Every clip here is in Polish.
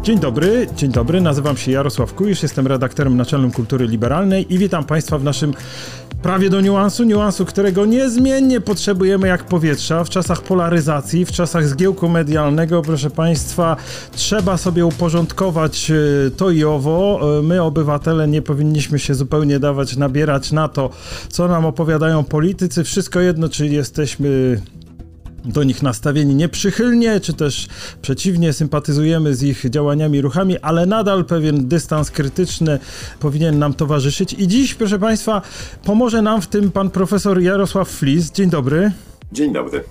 Dzień dobry, nazywam się Jarosław Kuisz, jestem redaktorem naczelnym Kultury Liberalnej i witam Państwa w naszym prawie do niuansu, którego niezmiennie potrzebujemy jak powietrza w czasach polaryzacji, w czasach zgiełku medialnego. Proszę Państwa, trzeba sobie uporządkować to i owo. My, obywatele, nie powinniśmy się zupełnie dawać nabierać na to, co nam opowiadają politycy. Wszystko jedno, czy jesteśmy do nich nastawieni nieprzychylnie, czy też przeciwnie, sympatyzujemy z ich działaniami, ruchami, ale nadal pewien dystans krytyczny powinien nam towarzyszyć. I dziś, proszę Państwa, pomoże nam w tym pan profesor Jarosław Flis. Dzień dobry. Dzień dobry.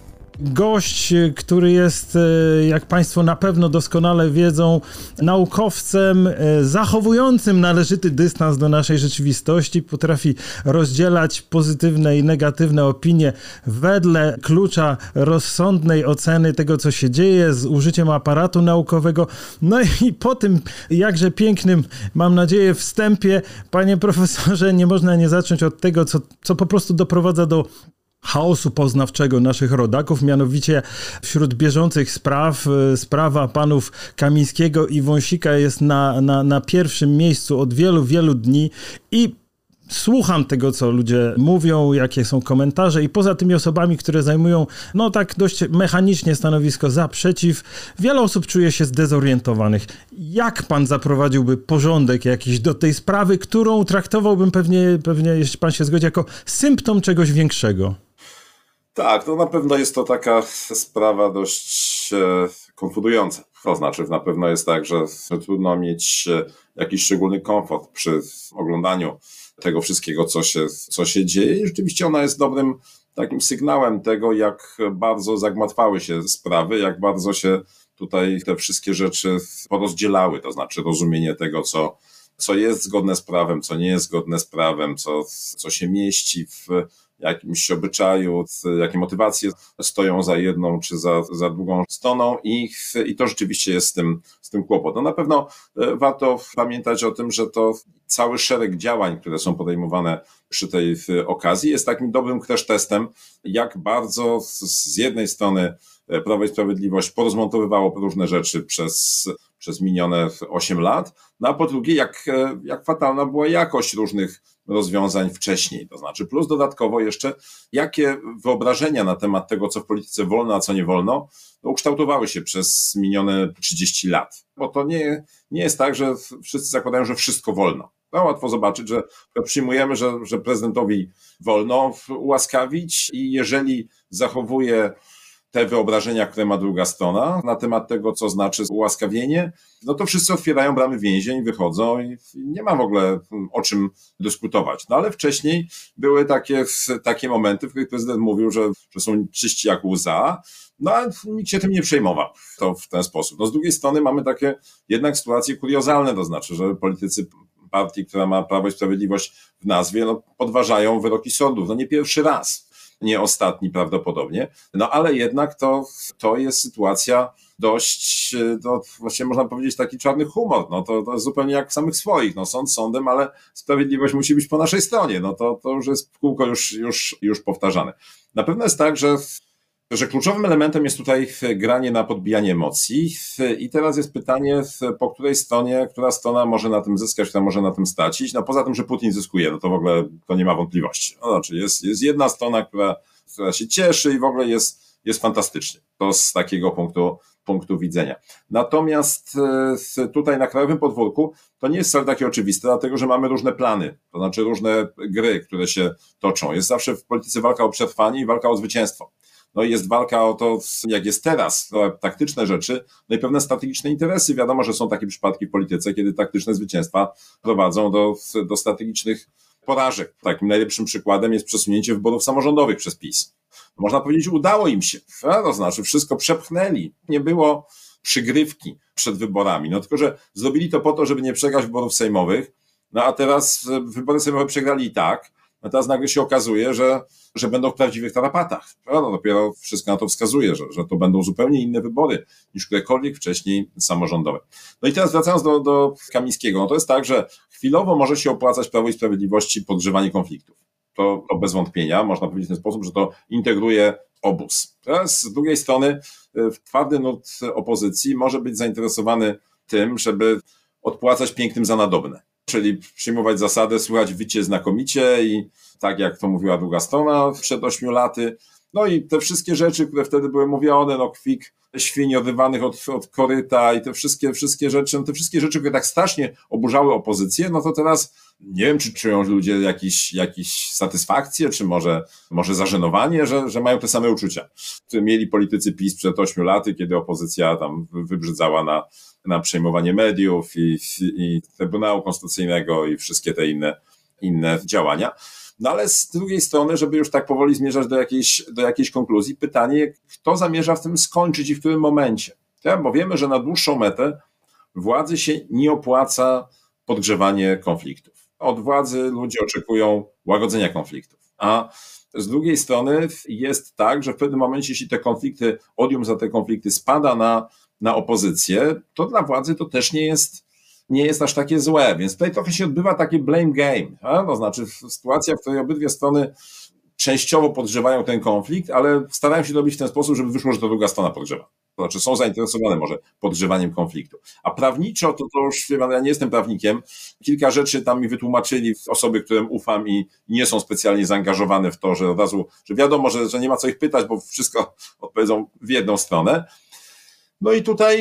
Gość, który jest, jak Państwo na pewno doskonale wiedzą, naukowcem zachowującym należyty dystans do naszej rzeczywistości, potrafi rozdzielać pozytywne i negatywne opinie wedle klucza rozsądnej oceny tego, co się dzieje, z użyciem aparatu naukowego. No i po tym jakże pięknym, mam nadzieję, wstępie, panie profesorze, nie można nie zacząć od tego, co po prostu doprowadza do chaosu poznawczego naszych rodaków, mianowicie wśród bieżących spraw sprawa panów Kamińskiego i Wąsika jest na pierwszym miejscu od wielu dni i słucham tego, co ludzie mówią, jakie są komentarze i poza tymi osobami, które zajmują tak dość mechanicznie stanowisko za, przeciw, wiele osób czuje się zdezorientowanych. Jak pan zaprowadziłby porządek jakiś do tej sprawy, którą traktowałbym pewnie, jeśli pan się zgodzi, jako symptom czegoś większego? Tak, na pewno jest to taka sprawa dość konfudująca. To znaczy, na pewno jest tak, że trudno mieć jakiś szczególny komfort przy oglądaniu tego wszystkiego, co się dzieje. I rzeczywiście ona jest dobrym takim sygnałem tego, jak bardzo zagmatwały się sprawy, jak bardzo się tutaj te wszystkie rzeczy porozdzielały. To znaczy rozumienie tego, co jest zgodne z prawem, co nie jest zgodne z prawem, co się mieści w jakimś obyczaju, jakie motywacje stoją za jedną czy za drugą stroną i to rzeczywiście jest z tym kłopot. Na pewno warto pamiętać o tym, że to cały szereg działań, które są podejmowane przy tej okazji, jest takim dobrym też testem, jak bardzo z jednej strony Prawo i Sprawiedliwość porozmontowywało różne rzeczy przez minione 8 lat, a po drugie, jak fatalna była jakość różnych rozwiązań wcześniej. To znaczy, plus dodatkowo jeszcze, jakie wyobrażenia na temat tego, co w polityce wolno, a co nie wolno, ukształtowały się przez minione 30 lat. Bo to nie jest tak, że wszyscy zakładają, że wszystko wolno. Łatwo zobaczyć, że przyjmujemy, że prezydentowi wolno ułaskawić i jeżeli zachowuje te wyobrażenia, które ma druga strona na temat tego, co znaczy ułaskawienie, to wszyscy otwierają bramy więzień, wychodzą i nie ma w ogóle o czym dyskutować. Ale wcześniej były takie momenty, w których prezydent mówił, że są czyści jak łza, a nikt się tym nie przejmował w ten sposób. Z drugiej strony mamy takie jednak sytuacje kuriozalne, to znaczy, że politycy partii, która ma Prawo i Sprawiedliwość w nazwie, podważają wyroki sądów. Nie pierwszy raz. Nie ostatni prawdopodobnie, ale jednak to jest sytuacja dość, właściwie można powiedzieć taki czarny humor, to jest zupełnie jak w samych swoich, sąd sądem, ale sprawiedliwość musi być po naszej stronie, to już jest w kółko już powtarzane. Na pewno jest tak, że kluczowym elementem jest tutaj granie na podbijanie emocji i teraz jest pytanie, po której stronie, która strona może na tym zyskać, która może na tym stracić. Poza tym, że Putin zyskuje, to w ogóle to nie ma wątpliwości. Znaczy jest jedna strona, która się cieszy i w ogóle jest fantastycznie. To z takiego punktu widzenia. Natomiast tutaj na krajowym podwórku to nie jest wcale takie oczywiste, dlatego że mamy różne plany, to znaczy różne gry, które się toczą. Jest zawsze w polityce walka o przetrwanie i walka o zwycięstwo. I jest walka o to, jak jest teraz, taktyczne rzeczy, i pewne strategiczne interesy. Wiadomo, że są takie przypadki w polityce, kiedy taktyczne zwycięstwa prowadzą do strategicznych porażek. Takim najlepszym przykładem jest przesunięcie wyborów samorządowych przez PiS. Można powiedzieć, udało im się, to znaczy wszystko przepchnęli. Nie było przygrywki przed wyborami, tylko że zrobili to po to, żeby nie przegrać wyborów sejmowych, a teraz wybory sejmowe przegrali i tak. Teraz nagle się okazuje, że będą w prawdziwych tarapatach. Dopiero wszystko na to wskazuje, że to będą zupełnie inne wybory niż którekolwiek wcześniej samorządowe. I teraz wracając do Kamińskiego, to jest tak, że chwilowo może się opłacać Prawo i Sprawiedliwości podgrzewanie konfliktów. To bez wątpienia, można powiedzieć w ten sposób, że to integruje obóz. Teraz z drugiej strony twardy nurt opozycji może być zainteresowany tym, żeby odpłacać pięknym za nadobne. Czyli przyjmować zasadę, słychać wycie znakomicie i tak jak to mówiła druga strona przed 8 laty. No i te wszystkie rzeczy, które wtedy były mówione, no kwik świń odrywanych od koryta i te wszystkie rzeczy, które tak strasznie oburzały opozycję, no to teraz nie wiem, czy czują ludzie jakieś satysfakcję, czy może zażenowanie, że mają te same uczucia, które mieli politycy PiS przed 8 laty, kiedy opozycja tam wybrzydzała na przejmowanie mediów i Trybunału Konstytucyjnego i wszystkie te inne działania. No ale z drugiej strony, żeby już tak powoli zmierzać do jakiejś konkluzji, pytanie, kto zamierza w tym skończyć i w którym momencie. Tak? Bo wiemy, że na dłuższą metę władzy się nie opłaca podgrzewanie konfliktów. Od władzy ludzie oczekują łagodzenia konfliktów. A z drugiej strony jest tak, że w pewnym momencie, jeśli te konflikty, odium za te konflikty spada na opozycję, to dla władzy to też nie jest aż takie złe, więc tutaj trochę się odbywa taki blame game, to znaczy sytuacja, w której obydwie strony częściowo podgrzewają ten konflikt, ale starają się robić w ten sposób, żeby wyszło, że to druga strona podgrzewa. To znaczy są zainteresowane może podgrzewaniem konfliktu. A prawniczo to już, ja nie jestem prawnikiem, kilka rzeczy tam mi wytłumaczyli osoby, którym ufam i nie są specjalnie zaangażowane w to, że od razu, że wiadomo, że nie ma co ich pytać, bo wszystko odpowiedzą w jedną stronę. No i tutaj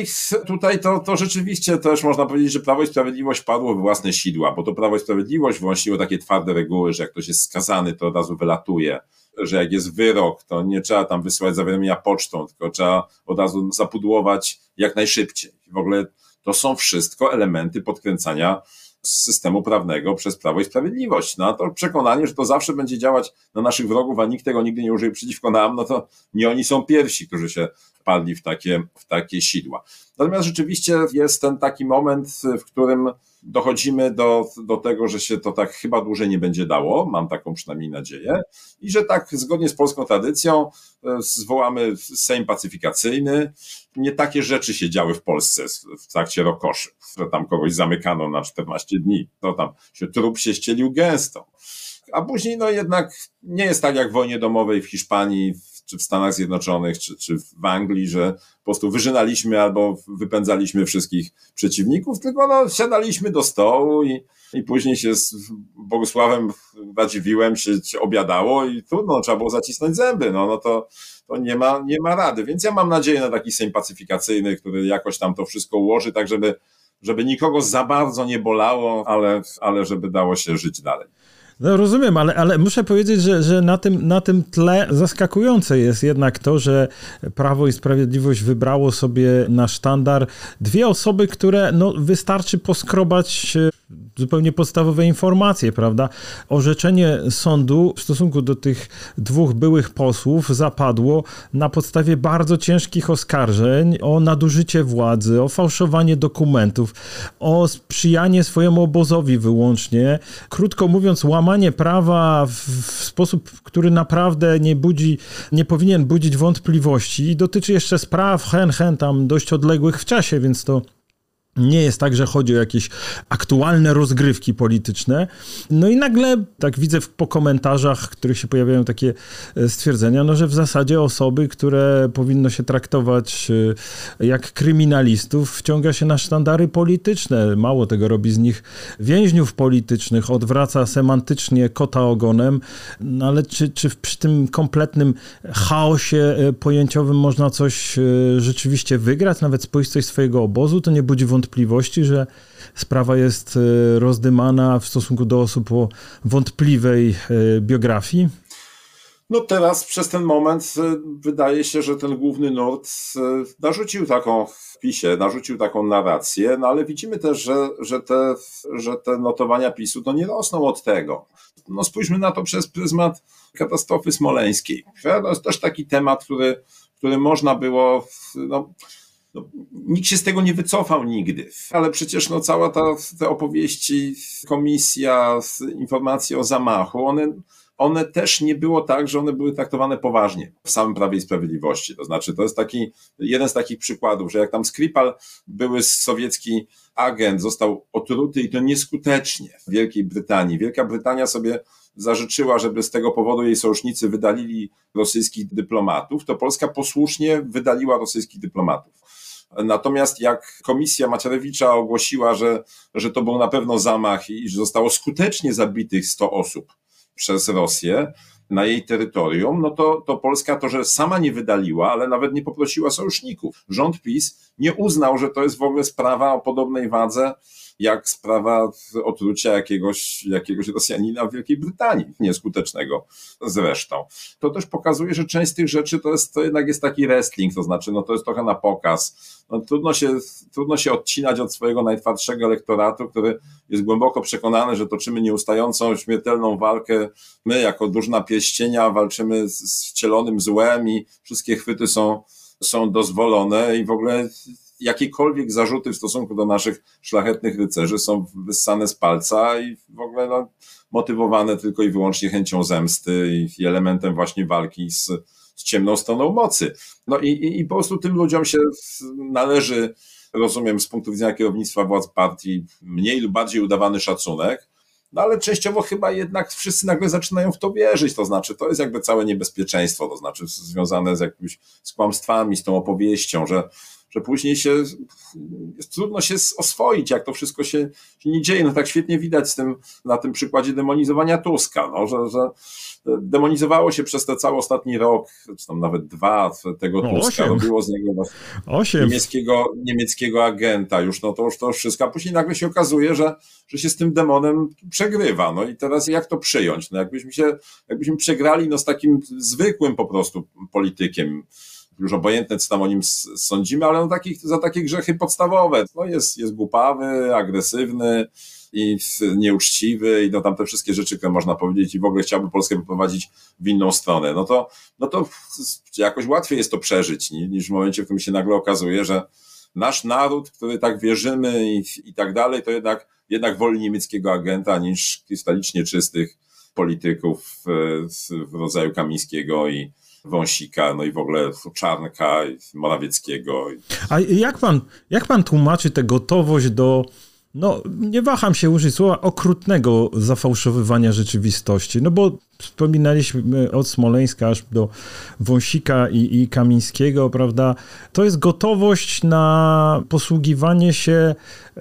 to rzeczywiście też można powiedzieć, że Prawo i Sprawiedliwość padło w własne sidła, bo to Prawo i Sprawiedliwość włączyło takie twarde reguły, że jak ktoś jest skazany, to od razu wylatuje, że jak jest wyrok, to nie trzeba tam wysyłać zawiadomienia pocztą, tylko trzeba od razu zapudłować jak najszybciej. W ogóle to są wszystko elementy podkręcania systemu prawnego przez Prawo i Sprawiedliwość. No to przekonanie, że to zawsze będzie działać na naszych wrogów, a nikt tego nigdy nie użyje przeciwko nam, no to nie oni są pierwsi, którzy się padli w takie sidła. Natomiast rzeczywiście jest ten taki moment, w którym dochodzimy do tego, że się to tak chyba dłużej nie będzie dało, mam taką przynajmniej nadzieję, i że tak zgodnie z polską tradycją zwołamy Sejm pacyfikacyjny. Nie takie rzeczy się działy w Polsce w trakcie rokoszy, że tam kogoś zamykano na 14 dni, to tam trup się ścielił gęsto. A później no jednak nie jest tak jak w wojnie domowej w Hiszpanii, czy w Stanach Zjednoczonych, czy w Anglii, że po prostu wyżynaliśmy albo wypędzaliśmy wszystkich przeciwników, tylko no, siadaliśmy do stołu i później się z Bogusławem Radziwiłłem się obiadało i trudno, trzeba było zacisnąć zęby, no to nie ma rady. Więc ja mam nadzieję na taki Sejm pacyfikacyjny, który jakoś tam to wszystko ułoży, tak żeby nikogo za bardzo nie bolało, ale żeby dało się żyć dalej. No rozumiem, ale muszę powiedzieć, że na tym tle zaskakujące jest jednak to, że Prawo i Sprawiedliwość wybrało sobie na sztandar dwie osoby, które no, wystarczy poskrobać zupełnie podstawowe informacje, prawda? Orzeczenie sądu w stosunku do tych dwóch byłych posłów zapadło na podstawie bardzo ciężkich oskarżeń o nadużycie władzy, o fałszowanie dokumentów, o sprzyjanie swojemu obozowi wyłącznie. Krótko mówiąc, łamanie prawa w sposób, który naprawdę nie powinien budzić wątpliwości i dotyczy jeszcze spraw tam dość odległych w czasie, więc to nie jest tak, że chodzi o jakieś aktualne rozgrywki polityczne. No i nagle, tak widzę po komentarzach, w których się pojawiają takie stwierdzenia, no, że w zasadzie osoby, które powinno się traktować jak kryminalistów, wciąga się na sztandary polityczne. Mało tego, robi z nich więźniów politycznych, odwraca semantycznie kota ogonem. No ale czy przy tym kompletnym chaosie pojęciowym można coś rzeczywiście wygrać, nawet spojrzeć coś swojego obozu? To nie budzi wątpliwości, że sprawa jest rozdymana w stosunku do osób o wątpliwej biografii? No teraz przez ten moment wydaje się, że ten główny nurt narzucił taką narrację, no ale widzimy też, że te notowania PiS-u to nie rosną od tego. No spójrzmy na to przez pryzmat katastrofy smoleńskiej. To jest też taki temat, który można było... nikt się z tego nie wycofał nigdy, ale przecież cała te opowieści, komisja, informacje o zamachu, one też nie było tak, że one były traktowane poważnie w samym Prawie i Sprawiedliwości. To znaczy, to jest jeden z takich przykładów, że jak tam Skripal, były sowiecki agent, został otruty i to nieskutecznie w Wielkiej Brytanii. Wielka Brytania sobie zażyczyła, żeby z tego powodu jej sojusznicy wydalili rosyjskich dyplomatów, to Polska posłusznie wydaliła rosyjskich dyplomatów. Natomiast jak komisja Macierewicza ogłosiła, że to był na pewno zamach i że zostało skutecznie zabitych 100 osób przez Rosję na jej terytorium, no to Polska to, że sama nie wydaliła, ale nawet nie poprosiła sojuszników. Rząd PiS nie uznał, że to jest w ogóle sprawa o podobnej wadze jak sprawa otrucia jakiegoś Rosjanina w Wielkiej Brytanii, nieskutecznego zresztą. To też pokazuje, że część z tych rzeczy to jednak jest taki wrestling, to znaczy to jest trochę na pokaz. Trudno się odcinać od swojego najtwardszego elektoratu, który jest głęboko przekonany, że toczymy nieustającą, śmiertelną walkę. My jako drużyna pierścienia walczymy z wcielonym złem i wszystkie chwyty są dozwolone i w ogóle jakiekolwiek zarzuty w stosunku do naszych szlachetnych rycerzy są wyssane z palca i w ogóle motywowane tylko i wyłącznie chęcią zemsty i elementem właśnie walki z ciemną stroną mocy. I po prostu tym ludziom się należy, rozumiem, z punktu widzenia kierownictwa władz partii mniej lub bardziej udawany szacunek, ale częściowo chyba jednak wszyscy nagle zaczynają w to wierzyć, to znaczy to jest jakby całe niebezpieczeństwo, to znaczy związane z kłamstwami, z tą opowieścią, że później jest trudno się oswoić, jak to wszystko się nie dzieje. Tak świetnie widać na tym przykładzie demonizowania Tuska, że demonizowało się przez ten cały ostatni rok, czy tam nawet 2 tego Tuska, robiło z niego niemieckiego agenta, już to wszystko, a później nagle się okazuje, że się z tym demonem przegrywa. I teraz jak to przyjąć? Jakbyśmy przegrali z takim zwykłym po prostu politykiem, już obojętne, co tam o nim sądzimy, ale za takie grzechy podstawowe. Jest głupawy, agresywny i nieuczciwy i tam te wszystkie rzeczy, które można powiedzieć i w ogóle chciałby Polskę poprowadzić w inną stronę. No to jakoś łatwiej jest to przeżyć niż w momencie, w którym się nagle okazuje, że nasz naród, który tak wierzymy i tak dalej, to jednak woli niemieckiego agenta niż krystalicznie czystych polityków w rodzaju Kamińskiego i Wąsika, i w ogóle Czarnka, i Morawieckiego. A jak pan tłumaczy tę gotowość do, nie waham się użyć słowa, okrutnego zafałszowywania rzeczywistości? Bo wspominaliśmy od Smoleńska aż do Wąsika i Kamińskiego, prawda? To jest gotowość na posługiwanie się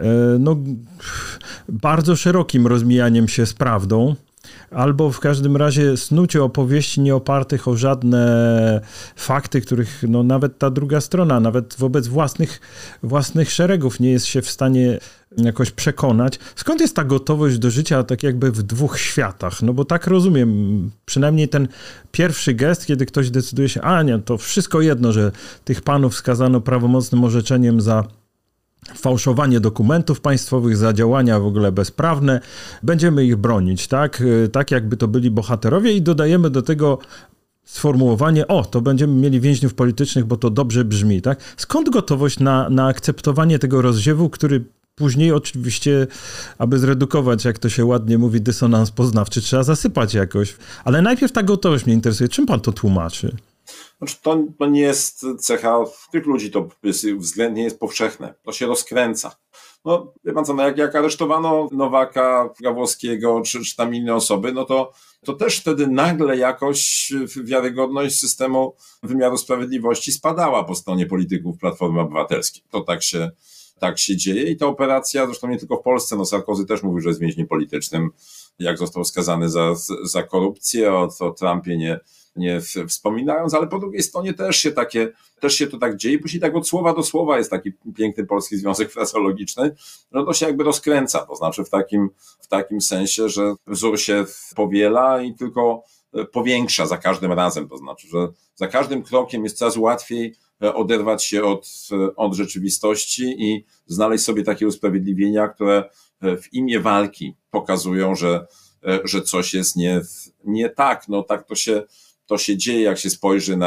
bardzo szerokim rozmijaniem się z prawdą, albo w każdym razie snucie opowieści nieopartych o żadne fakty, których nawet ta druga strona, nawet wobec własnych szeregów nie jest się w stanie jakoś przekonać. Skąd jest ta gotowość do życia tak jakby w dwóch światach? Bo tak rozumiem, przynajmniej ten pierwszy gest, kiedy ktoś decyduje się, to wszystko jedno, że tych panów skazano prawomocnym orzeczeniem za fałszowanie dokumentów państwowych, za działania w ogóle bezprawne, będziemy ich bronić, tak? Tak jakby to byli bohaterowie i dodajemy do tego sformułowanie, to będziemy mieli więźniów politycznych, bo to dobrze brzmi, tak? Skąd gotowość na akceptowanie tego rozziewu, który później oczywiście, aby zredukować, jak to się ładnie mówi, dysonans poznawczy, trzeba zasypać jakoś. Ale najpierw ta gotowość mnie interesuje. Czym pan to tłumaczy? To nie jest cecha tych ludzi, to względnie jest powszechne. To się rozkręca. Wie pan co, jak aresztowano Nowaka, Gawłowskiego czy tam inne osoby, to też wtedy nagle jakoś wiarygodność systemu wymiaru sprawiedliwości spadała po stronie polityków Platformy Obywatelskiej. To tak się dzieje i ta operacja, zresztą nie tylko w Polsce, Sarkozy też mówił, że jest więźniem politycznym, jak został skazany za korupcję, o Trumpie nie wspominając, ale po drugiej stronie też się to tak dzieje. Później tak od słowa do słowa jest taki piękny Polski Związek Frazeologiczny, to się jakby rozkręca, to znaczy w takim sensie, że wzór się powiela i tylko powiększa za każdym razem, to znaczy, że za każdym krokiem jest coraz łatwiej oderwać się od rzeczywistości i znaleźć sobie takie usprawiedliwienia, które w imię walki pokazują, że coś jest nie tak. Tak to się dzieje, jak się spojrzy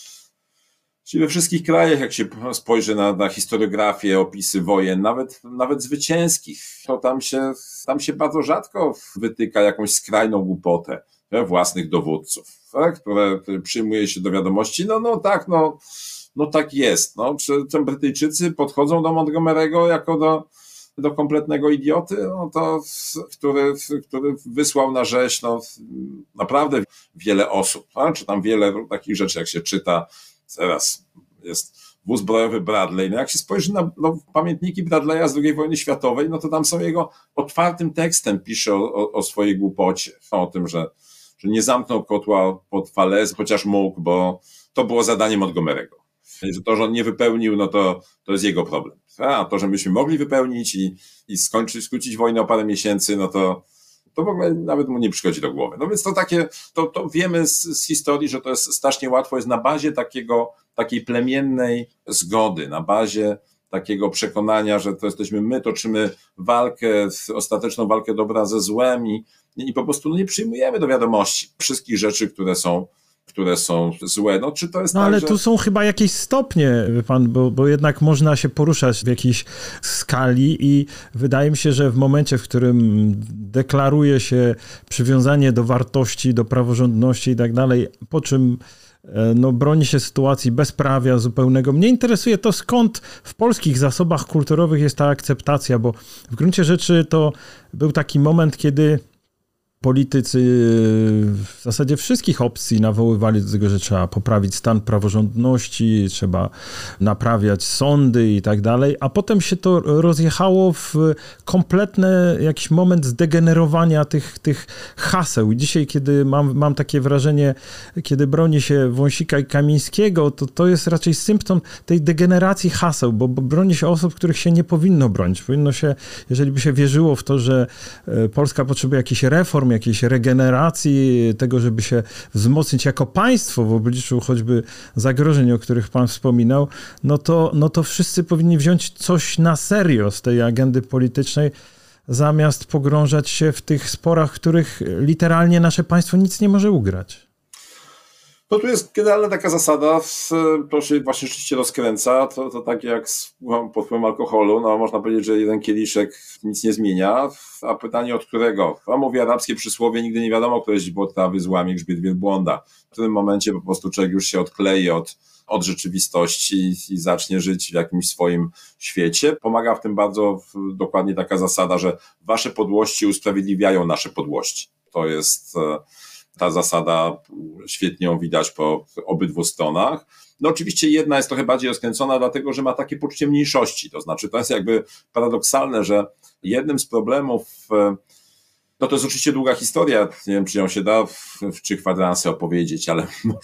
we wszystkich krajach, jak się spojrzy na historiografię, opisy wojen, nawet zwycięskich, to tam się bardzo rzadko wytyka jakąś skrajną głupotę własnych dowódców, tak? Które przyjmuje się do wiadomości. Tak jest. Czy Brytyjczycy podchodzą do Montgomery'ego jako do kompletnego idioty, który wysłał na rzeź naprawdę wiele osób, czy tam wiele takich rzeczy, jak się czyta. Teraz jest wóz brojowy Bradley. No jak się spojrzy na pamiętniki Bradley'a z II wojny światowej, no to tam są jego otwartym tekstem pisze o swojej głupocie, o tym, że nie zamknął kotła pod Falaise, chociaż mógł, bo to było zadaniem Montgomery'ego. Że to, że on nie wypełnił, no to jest jego problem. A to, że myśmy mogli wypełnić i skrócić wojnę o parę miesięcy, no to w ogóle nawet mu nie przychodzi do głowy. No więc to wiemy z historii, że to jest strasznie łatwo, jest na bazie takiej plemiennej zgody, na bazie takiego przekonania, że to jesteśmy my, toczymy ostateczną walkę dobra ze złem i po prostu nie przyjmujemy do wiadomości wszystkich rzeczy, które są złe. No, czy to jest tak, ale że... tu są chyba jakieś stopnie, wie pan, bo jednak można się poruszać w jakiejś skali i wydaje mi się, że w momencie, w którym deklaruje się przywiązanie do wartości, do praworządności i tak dalej, po czym broni się sytuacji bezprawia zupełnego. Mnie interesuje to, skąd w polskich zasobach kulturowych jest ta akceptacja, bo w gruncie rzeczy to był taki moment, kiedy politycy w zasadzie wszystkich opcji nawoływali do tego, że trzeba poprawić stan praworządności, trzeba naprawiać sądy i tak dalej, a potem się to rozjechało w kompletny jakiś moment zdegenerowania tych haseł. I dzisiaj, kiedy mam takie wrażenie, kiedy broni się Wąsika i Kamińskiego, to jest raczej symptom tej degeneracji haseł, bo broni się osób, których się nie powinno bronić. Powinno się, jeżeli by się wierzyło w to, że Polska potrzebuje jakichś reform, jakiejś regeneracji, tego, żeby się wzmocnić jako państwo w obliczu choćby zagrożeń, o których pan wspominał, no to wszyscy powinni wziąć coś na serio z tej agendy politycznej, zamiast pogrążać się w tych sporach, w których literalnie nasze państwo nic nie może ugrać. No tu jest generalna taka zasada, to się właśnie rzeczywiście rozkręca, to tak jak pod wpływem alkoholu, no można powiedzieć, że jeden kieliszek nic nie zmienia, a pytanie od którego? A mówi arabskie przysłowie, nigdy nie wiadomo, które źdźbło trawy złamie grzbiet wielbłąda. W tym momencie po prostu człowiek już się odklei od rzeczywistości i zacznie żyć w jakimś swoim świecie. Pomaga w tym bardzo dokładnie taka zasada, że wasze podłości usprawiedliwiają nasze podłości. To jest... Ta zasada świetnie ją widać po obydwu stronach. No oczywiście jedna jest trochę bardziej rozkręcona, dlatego że ma takie poczucie mniejszości. To znaczy to jest jakby paradoksalne, że jednym z problemów, no to jest oczywiście długa historia, nie wiem czy ją się da w 3 kwadranse opowiedzieć, ale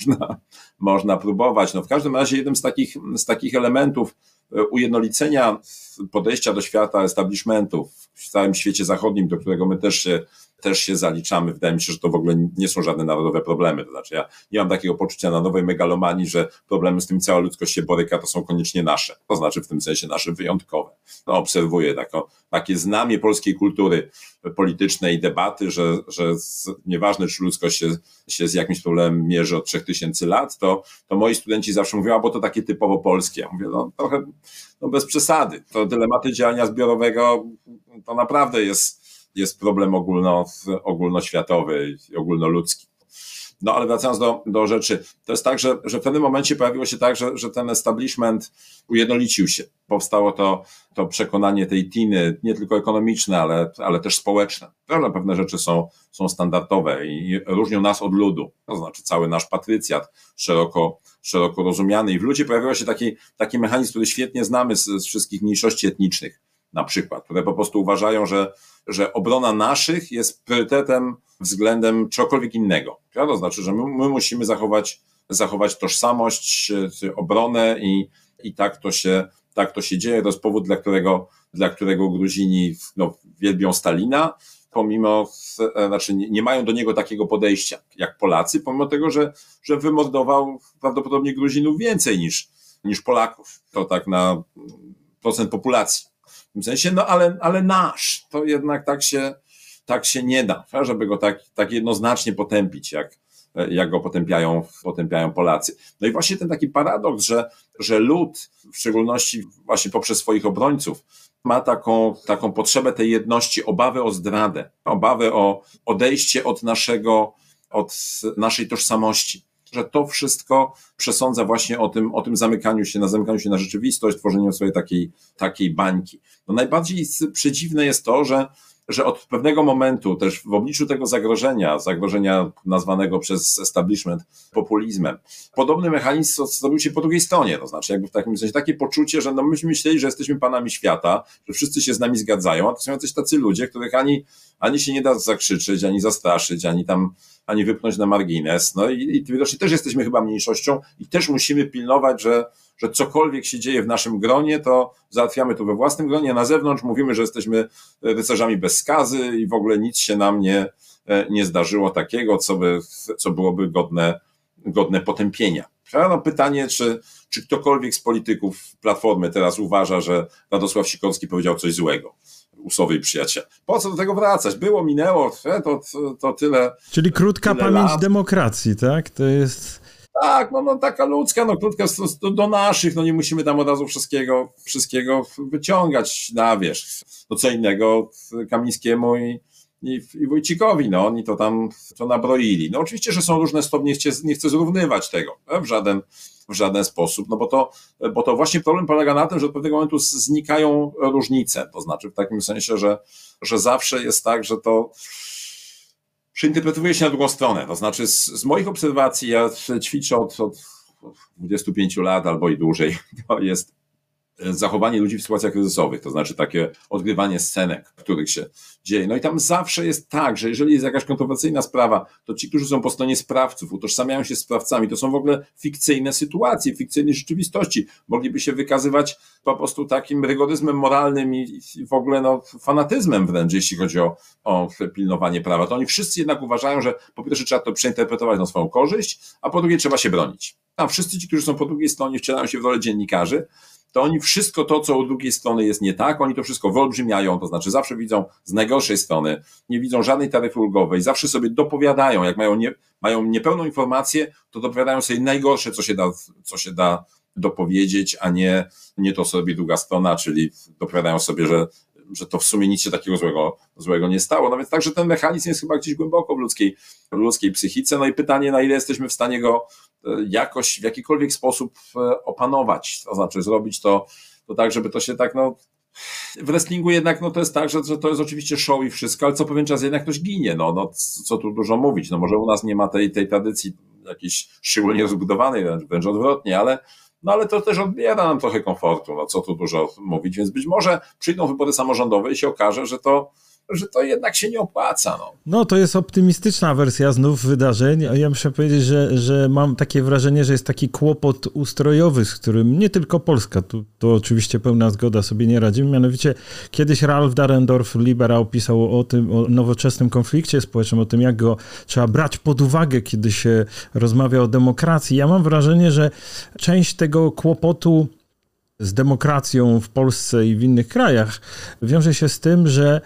można próbować. No w każdym razie jednym z takich elementów ujednolicenia podejścia do świata establishmentów w całym świecie zachodnim, do którego my też się zaliczamy. Wydaje mi się, że to w ogóle nie są żadne narodowe problemy. To znaczy ja nie mam takiego poczucia narodowej megalomanii, że problemy, z którymi cała ludzkość się boryka, to są koniecznie nasze. To znaczy w tym sensie nasze wyjątkowe. No, obserwuję takie znamie polskiej kultury politycznej i debaty, że nieważne, czy ludzkość się z jakimś problemem mierzy od 3000 lat, to moi studenci zawsze mówią, bo to takie typowo polskie. Ja mówię, no trochę bez przesady. To dylematy działania zbiorowego to naprawdę jest problem ogólnoświatowy i ogólnoludzki. No ale wracając do rzeczy, to jest tak, że w pewnym momencie pojawiło się tak, że ten establishment ujednolicił się. Powstało to przekonanie tej tiny, nie tylko ekonomiczne, ale też społeczne. Pewne rzeczy są standardowe i różnią nas od ludu. To znaczy cały nasz patrycjat szeroko rozumiany. I w ludzie pojawił się taki mechanizm, który świetnie znamy z wszystkich mniejszości etnicznych, na przykład, które po prostu uważają, że obrona naszych jest priorytetem względem czegokolwiek innego. To znaczy, że my musimy zachować tożsamość, obronę i tak to się dzieje. To jest powód, dla którego Gruzini wielbią Stalina, pomimo, znaczy nie mają do niego takiego podejścia jak Polacy, pomimo tego, że wymordował prawdopodobnie Gruzinów więcej niż Polaków. To tak na procent populacji. W tym sensie, ale nasz, to jednak tak się nie da, żeby go tak jednoznacznie potępić, jak go potępiają Polacy. No i właśnie ten taki paradoks, że lud, w szczególności właśnie poprzez swoich obrońców, ma taką potrzebę tej jedności, obawę o zdradę, obawę o odejście od naszej tożsamości. Że to wszystko przesądza właśnie o tym zamykaniu się na rzeczywistość, tworzeniu sobie takiej bańki. No najbardziej przedziwne jest to, że od pewnego momentu też w obliczu tego zagrożenia nazwanego przez establishment populizmem, podobny mechanizm zrobił się po drugiej stronie, to znaczy jakby w takim sensie takie poczucie, że myśmy myśleli, że jesteśmy panami świata, że wszyscy się z nami zgadzają, a to są jacyś tacy ludzie, których ani się nie da zakrzyczeć, ani zastraszyć, ani wypchnąć na margines. No i widocznie też jesteśmy chyba mniejszością i też musimy pilnować, że cokolwiek się dzieje w naszym gronie, to załatwiamy to we własnym gronie, a na zewnątrz mówimy, że jesteśmy rycerzami bez skazy i w ogóle nic się nam nie zdarzyło takiego, co byłoby godne potępienia. No pytanie, czy ktokolwiek z polityków Platformy teraz uważa, że Radosław Sikorski powiedział coś złego Usowi przyjaciel. Po co do tego wracać? Było, minęło, to tyle. Czyli krótka tyle pamięć lat. Demokracji, tak? To jest... Tak, no taka ludzka, krótka do naszych, nie musimy tam od razu wszystkiego wyciągać na wierzch. No co innego Kamińskiemu i Wójcikowi, oni to nabroili. No oczywiście, że są różne stopnie, nie chcę zrównywać tego w żaden sposób, bo to właśnie problem polega na tym, że od pewnego momentu znikają różnice, to znaczy w takim sensie, że zawsze jest tak, że to przeinterpretuje się na drugą stronę, to znaczy z moich obserwacji, ja ćwiczę od 25 lat albo i dłużej, to jest zachowanie ludzi w sytuacjach kryzysowych, to znaczy takie odgrywanie scenek, w których się dzieje. No i tam zawsze jest tak, że jeżeli jest jakaś kontrowersyjna sprawa, to ci, którzy są po stronie sprawców, utożsamiają się z sprawcami, to są w ogóle fikcyjne sytuacje, fikcyjne rzeczywistości. Mogliby się wykazywać po prostu takim rygoryzmem moralnym i w ogóle fanatyzmem wręcz, jeśli chodzi o pilnowanie prawa. To oni wszyscy jednak uważają, że po pierwsze trzeba to przeinterpretować na swoją korzyść, a po drugie trzeba się bronić. A wszyscy ci, którzy są po drugiej stronie, wcielają się w rolę dziennikarzy, to oni wszystko to, co u drugiej strony jest nie tak, oni to wszystko wyolbrzymiają, to znaczy zawsze widzą z najgorszej strony, nie widzą żadnej taryfy ulgowej, zawsze sobie dopowiadają, jak mają niepełną informację, to dopowiadają sobie najgorsze, co się da dopowiedzieć, a nie to sobie druga strona, czyli dopowiadają sobie, że to w sumie nic się takiego złego nie stało. No więc także ten mechanizm jest chyba gdzieś głęboko w ludzkiej psychice. No i pytanie, na ile jesteśmy w stanie go jakoś w jakikolwiek sposób opanować. To znaczy zrobić to tak, żeby to się tak, w wrestlingu jednak to jest tak, że to jest oczywiście show i wszystko, ale co pewien czas jednak ktoś ginie. Co tu dużo mówić. Może u nas nie ma tej tradycji jakiejś szczególnie rozbudowanej, wręcz odwrotnie, ale to też odbiera nam trochę komfortu, co tu dużo mówić, więc być może przyjdą wybory samorządowe i się okaże, że to jednak się nie opłaca. To jest optymistyczna wersja znów wydarzeń. Ja muszę powiedzieć, że mam takie wrażenie, że jest taki kłopot ustrojowy, z którym nie tylko Polska, to oczywiście pełna zgoda, sobie nie radzimy. Mianowicie kiedyś Ralf Dahrendorf, liberał, pisał o nowoczesnym konflikcie społecznym, o tym, jak go trzeba brać pod uwagę, kiedy się rozmawia o demokracji. Ja mam wrażenie, że część tego kłopotu z demokracją w Polsce i w innych krajach wiąże się z tym, że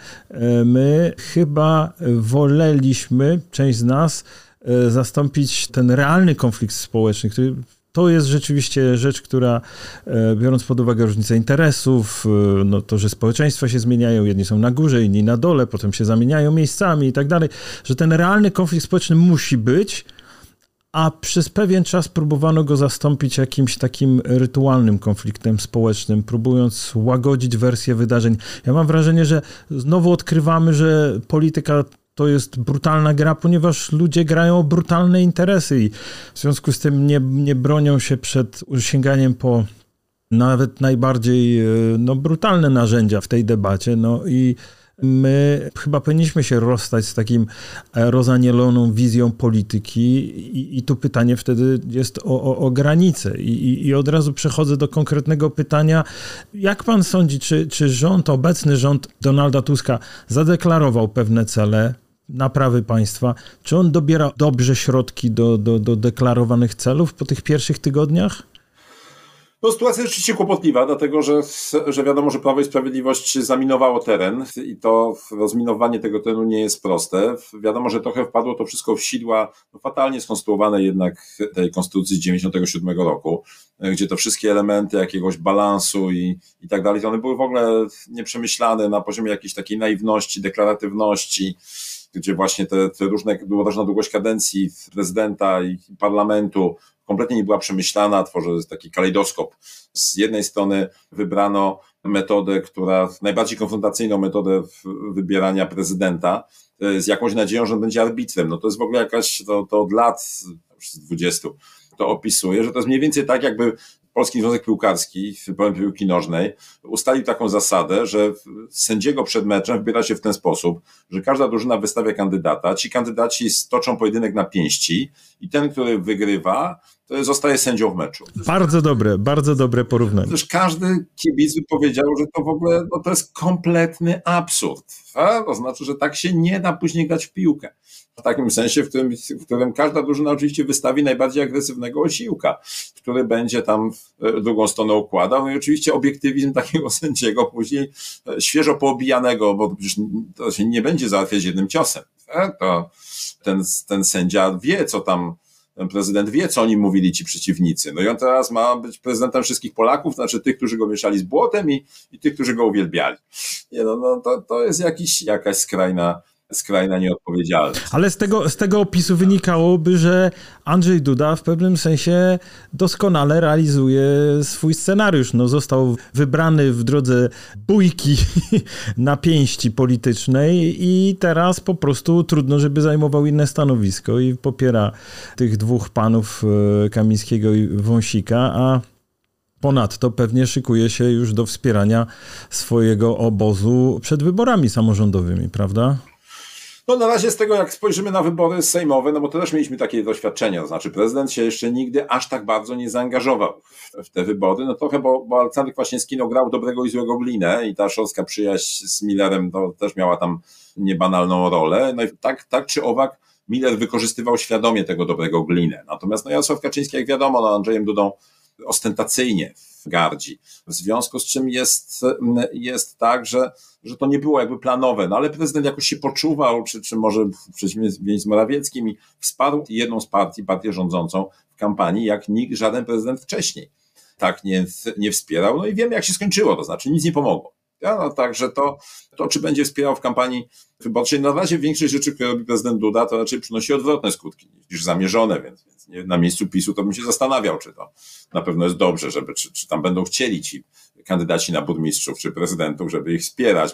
my chyba woleliśmy, część z nas, zastąpić ten realny konflikt społeczny, który to jest rzeczywiście rzecz, która, biorąc pod uwagę różnice interesów, to, że społeczeństwa się zmieniają, jedni są na górze, inni na dole, potem się zamieniają miejscami i tak dalej, że ten realny konflikt społeczny musi być, a przez pewien czas próbowano go zastąpić jakimś takim rytualnym konfliktem społecznym, próbując łagodzić wersję wydarzeń. Ja mam wrażenie, że znowu odkrywamy, że polityka to jest brutalna gra, ponieważ ludzie grają o brutalne interesy i w związku z tym nie bronią się przed sięganiem po nawet najbardziej brutalne narzędzia w tej debacie. I my chyba powinniśmy się rozstać z takim rozanieloną wizją polityki i tu pytanie wtedy jest o granice. I od razu przechodzę do konkretnego pytania. Jak pan sądzi, czy obecny rząd Donalda Tuska zadeklarował pewne cele naprawy państwa? Czy on dobiera dobrze środki do deklarowanych celów po tych pierwszych tygodniach? Sytuacja jest rzeczywiście kłopotliwa, dlatego że wiadomo, że Prawo i Sprawiedliwość zaminowało teren i to rozminowanie tego terenu nie jest proste. Wiadomo, że trochę wpadło to wszystko w sidła fatalnie skonstruowane jednak tej konstytucji z 1997 roku, gdzie to wszystkie elementy jakiegoś balansu i tak dalej, one były w ogóle nieprzemyślane na poziomie jakiejś takiej naiwności, deklaratywności, gdzie właśnie te różne, była ważna długość kadencji prezydenta i parlamentu, kompletnie nie była przemyślana, tworzy taki kalejdoskop. Z jednej strony wybrano metodę, najbardziej konfrontacyjną metodę wybierania prezydenta, z jakąś nadzieją, że on będzie arbitrem. No to jest w ogóle to od lat, już z 20, to opisuje, że to jest mniej więcej tak, jakby Polski Związek Piłkarski, Problem Piłki Nożnej, ustalił taką zasadę, że sędziego przed meczem wybiera się w ten sposób, że każda drużyna wystawia kandydata, ci kandydaci stoczą pojedynek na pięści i ten, który wygrywa, to zostaje sędzią w meczu. Bardzo dobre porównanie. Też każdy kibic by powiedział, że to w ogóle to jest kompletny absurd. To znaczy, że tak się nie da później grać w piłkę. W takim sensie, w którym każda drużyna oczywiście wystawi najbardziej agresywnego osiłka, który będzie tam drugą stronę układał. No i oczywiście obiektywizm takiego sędziego później świeżo poobijanego, bo przecież to się nie będzie załatwiać jednym ciosem. To ten sędzia wie, co tam, ten prezydent wie, co o nim mówili ci przeciwnicy. No i on teraz ma być prezydentem wszystkich Polaków, znaczy tych, którzy go mieszali z błotem i tych, którzy go uwielbiali. Nie, to jest jakaś skrajna nieodpowiedzialność. Ale z tego opisu wynikałoby, że Andrzej Duda w pewnym sensie doskonale realizuje swój scenariusz. No, został wybrany w drodze bójki na pięści politycznej i teraz po prostu trudno, żeby zajmował inne stanowisko i popiera tych dwóch panów Kamińskiego i Wąsika, a ponadto pewnie szykuje się już do wspierania swojego obozu przed wyborami samorządowymi, prawda? No na razie z tego, jak spojrzymy na wybory sejmowe, no bo to też mieliśmy takie doświadczenia, to znaczy prezydent się jeszcze nigdy aż tak bardzo nie zaangażował w te wybory, no trochę, bo Aleksander Kwaśniewski grał dobrego i złego glinę i ta szorska przyjaźń z Millerem to też miała tam niebanalną rolę, no i tak czy owak Miller wykorzystywał świadomie tego dobrego glinę, natomiast Jarosław Kaczyński, jak wiadomo, Andrzejem Dudą ostentacyjnie gardzi. W związku z czym jest tak, że to nie było jakby planowe, no ale prezydent jakoś się poczuwał, czy może w przeciwieństwie z Morawieckim i wsparł jedną z partię rządzącą w kampanii, jak nikt, żaden prezydent wcześniej tak nie wspierał. No i wiemy, jak się skończyło, to znaczy nic nie pomogło. Także to, czy będzie wspierał w kampanii wyborczej, na razie większość rzeczy, które robi prezydent Duda, to raczej przynosi odwrotne skutki niż zamierzone, więc na miejscu PiS-u to bym się zastanawiał, czy to na pewno jest dobrze, czy tam będą chcieli ci kandydaci na burmistrzów czy prezydentów, żeby ich wspierać,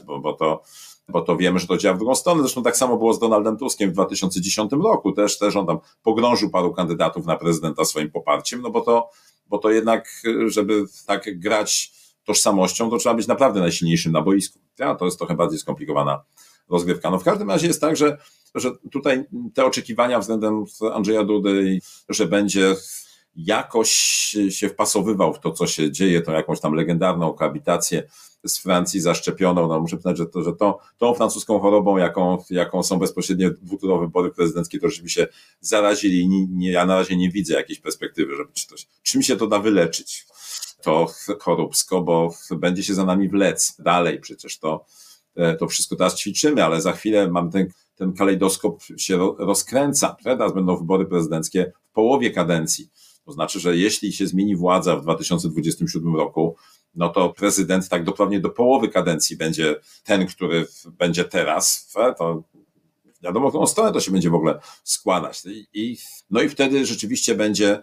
bo to wiemy, że to działa w drugą stronę. Zresztą tak samo było z Donaldem Tuskiem w 2010 roku. Też on tam pogrążył paru kandydatów na prezydenta swoim poparciem, no bo to jednak, żeby tak grać tożsamością, to trzeba być naprawdę najsilniejszym na boisku. To jest trochę bardziej skomplikowana rozgrywka. No w każdym razie jest tak, że tutaj te oczekiwania względem Andrzeja Dudy, że będzie jakoś się wpasowywał w to, co się dzieje, tą jakąś tam legendarną koabitację z Francji zaszczepioną. No muszę przyznać, że tą francuską chorobą, jaką są bezpośrednie dwuturowe wybory prezydenckie, to rzeczywiście zarazili. Ja na razie nie widzę jakiejś perspektywy, żeby czym się to da wyleczyć. To choróbsko, bo będzie się za nami wlec dalej. Przecież to wszystko teraz ćwiczymy, ale za chwilę mam ten kalejdoskop się rozkręca. Teraz będą wybory prezydenckie w połowie kadencji. To znaczy, że jeśli się zmieni władza w 2027 roku, no to prezydent tak doprawnie do połowy kadencji będzie ten, który będzie teraz. To wiadomo, w którą stronę to się będzie w ogóle składać. No i wtedy rzeczywiście będzie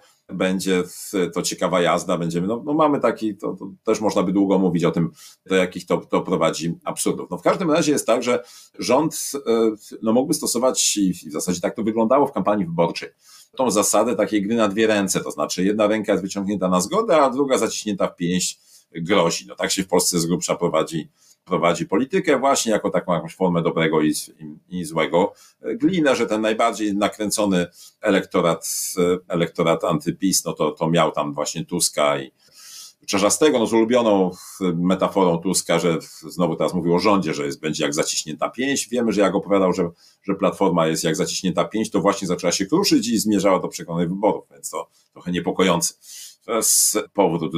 to ciekawa jazda, mamy taki, to też można by długo mówić o tym, do jakich to prowadzi absurdów. No w każdym razie jest tak, że rząd mógłby stosować i w zasadzie tak to wyglądało w kampanii wyborczej, tą zasadę takiej gry na dwie ręce, to znaczy jedna ręka jest wyciągnięta na zgodę, a druga zaciśnięta w pięść grozi. No tak się w Polsce z grubsza prowadzi politykę właśnie jako taką jakąś formę dobrego i złego glinę, że ten najbardziej nakręcony elektorat antyPiS, no to miał tam właśnie Tuska i Czarzastego, no z ulubioną metaforą Tuska, że znowu teraz mówił o rządzie, że będzie jak zaciśnięta pięść. Wiemy, że jak opowiadał, że Platforma jest jak zaciśnięta pięść, to właśnie zaczęła się kruszyć i zmierzała do przegranych wyborów, więc to trochę niepokojące. To jest powrót